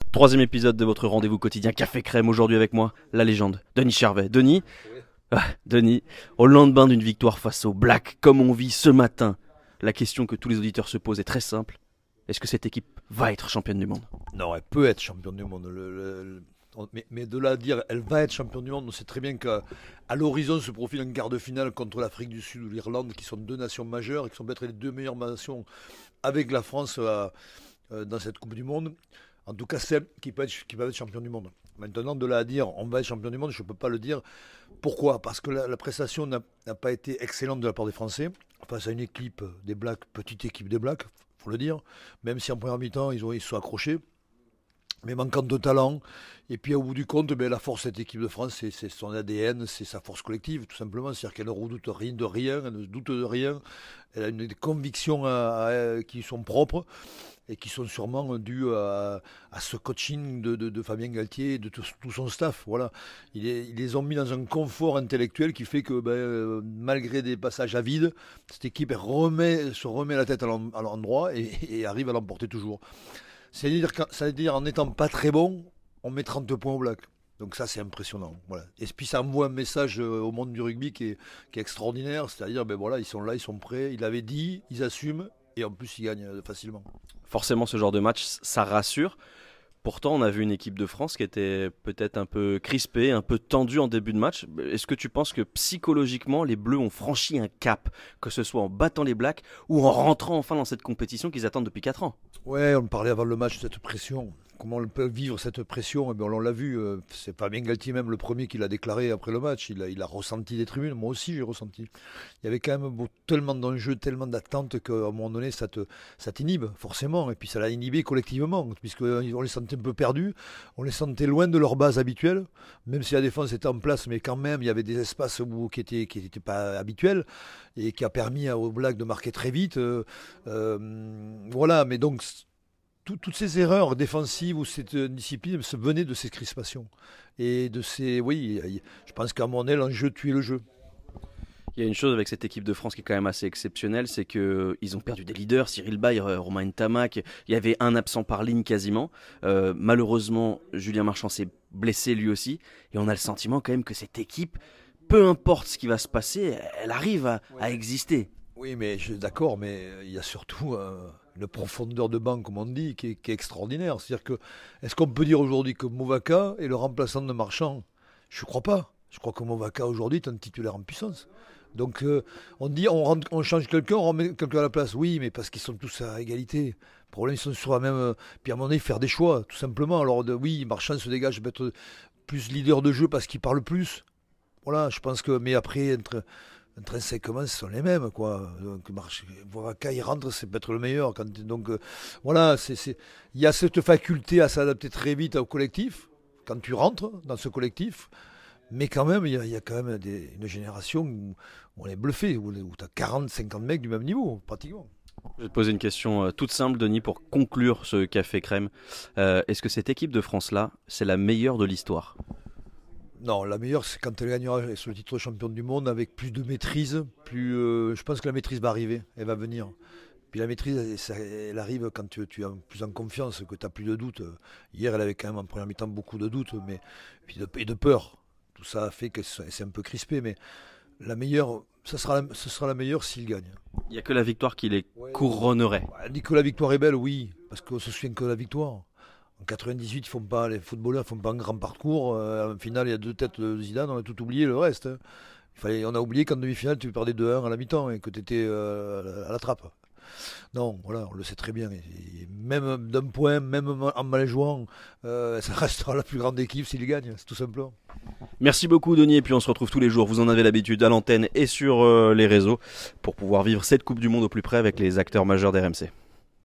Troisième épisode de votre rendez-vous quotidien Café Crème. Aujourd'hui avec moi, la légende, Denis Charvet. Denis, au lendemain d'une victoire face aux Blacks, comme on vit ce matin, la question que tous les auditeurs se posent est très simple. Est-ce que cette équipe va être championne du monde? Non, elle peut être championne du monde. Mais de là à dire elle va être championne du monde, on sait très bien qu'à l'horizon se profile un quart de finale contre l'Afrique du Sud ou l'Irlande, qui sont deux nations majeures et qui sont peut-être les deux meilleures nations avec la France dans cette Coupe du Monde. En tout cas, celle qui va être champion du monde. Maintenant, de là à dire on va être champion du monde, je ne peux pas le dire. Pourquoi? Parce que la prestation n'a pas été excellente de la part des Français face à une équipe des Blacks, petite équipe des Blacks, il faut le dire. Même si en première mi-temps, ils se sont accrochés. Mais manquant de talent. Et puis au bout du compte, la force de cette équipe de France, c'est son ADN, c'est sa force collective, tout simplement. C'est-à-dire qu'elle ne redoute rien de rien, elle ne doute de rien. Elle a des convictions qui sont propres et qui sont sûrement dues à ce coaching de Fabien Galtier et de tout son staff. Voilà. Ils les ont mis dans un confort intellectuel qui fait que malgré des passages à vide, cette équipe se remet la tête à l'endroit et arrive à l'emporter toujours. C'est-à-dire en n'étant pas très bon, on met 30 points au Black. Donc ça, c'est impressionnant. Voilà. Et puis ça envoie un message au monde du rugby qui est extraordinaire. C'est-à-dire, ils sont là, ils sont prêts. Ils l'avaient dit, ils assument. Et en plus, ils gagnent facilement. Forcément, ce genre de match, ça rassure. Pourtant, on a vu une équipe de France qui était peut-être un peu crispée, un peu tendue en début de match. Est-ce que tu penses que psychologiquement, les Bleus ont franchi un cap, que ce soit en battant les Blacks ou en rentrant enfin dans cette compétition qu'ils attendent depuis 4 ans? Ouais, on parlait avant le match de cette pression. Comment on peut vivre cette pression? On l'a vu, c'est Fabien Galtier même le premier qui l'a déclaré après le match. Il a ressenti des tribunes, moi aussi j'ai ressenti. Il y avait quand même tellement d'enjeux, tellement d'attentes qu'à un moment donné ça t'inhibe forcément. Et puis ça l'a inhibé collectivement, puisqu'on les sentait un peu perdus, on les sentait loin de leur base habituelle, même si la défense était en place, mais quand même il y avait des espaces qui étaient pas habituels et qui a permis aux Blacks de marquer très vite. Voilà, mais donc toutes ces erreurs défensives ou cette discipline venaient de ces crispations. Et je pense qu'à mon avis, l'enjeu tuait le jeu. Il y a une chose avec cette équipe de France qui est quand même assez exceptionnelle, c'est qu'ils ont perdu des leaders, Cyril Baille, Romain Ntamak, il y avait un absent par ligne quasiment. Malheureusement, Julien Marchand s'est blessé lui aussi. Et on a le sentiment quand même que cette équipe, peu importe ce qui va se passer, elle arrive à exister. Oui, mais je suis d'accord, mais il y a surtout une profondeur de banc, comme on dit, qui est extraordinaire. C'est-à-dire que, est-ce qu'on peut dire aujourd'hui que Movaka est le remplaçant de Marchand? Je ne crois pas. Je crois que Movaka aujourd'hui est un titulaire en puissance. Donc on dit on change quelqu'un, on remet quelqu'un à la place. Oui, mais parce qu'ils sont tous à égalité. Le problème, ils sont sur la même. Puis à un moment donné, faire des choix, tout simplement. Alors oui, Marchand se dégage peut-être plus leader de jeu parce qu'il parle plus. Voilà, je pense que. Mais après, intrinsèquement, ce sont les mêmes, quoi. Donc, Movaka, il rentre, c'est peut-être le meilleur. Voilà, il y a cette faculté à s'adapter très vite au collectif, quand tu rentres dans ce collectif. Mais quand même, il y a quand même une génération où on est bluffé, où tu as 40, 50 mecs du même niveau, pratiquement. Je vais te poser une question toute simple, Denis, pour conclure ce Café Crème. Est-ce que cette équipe de France-là, c'est la meilleure de l'histoire? Non, la meilleure, c'est quand elle gagnera sur le titre de champion du monde avec plus de maîtrise. Je pense que la maîtrise va arriver, elle va venir. Puis la maîtrise, elle arrive quand tu es plus en confiance, que tu n'as plus de doutes. Hier, elle avait quand même en première mi-temps beaucoup de doutes, et de peur. Tout ça a fait que c'est un peu crispé, mais la meilleure, ce sera la meilleure s'il gagne. Il n'y a que la victoire qui les couronnerait. Elle dit que la victoire est belle, oui, parce qu'on se souvient que de la victoire. En 98, les footballeurs ne font pas un grand parcours. En finale, il y a 2 têtes de Zidane, on a tout oublié, le reste. On a oublié qu'en demi-finale, tu perdais 2-1 à la mi-temps et que tu étais à la trappe. Non, voilà, on le sait très bien. Et même d'un point, même en mal jouant, ça restera la plus grande équipe s'il gagne, c'est tout simplement. Merci beaucoup Denis, et puis on se retrouve tous les jours, vous en avez l'habitude, à l'antenne et sur les réseaux, pour pouvoir vivre cette Coupe du Monde au plus près avec les acteurs majeurs d'RMC.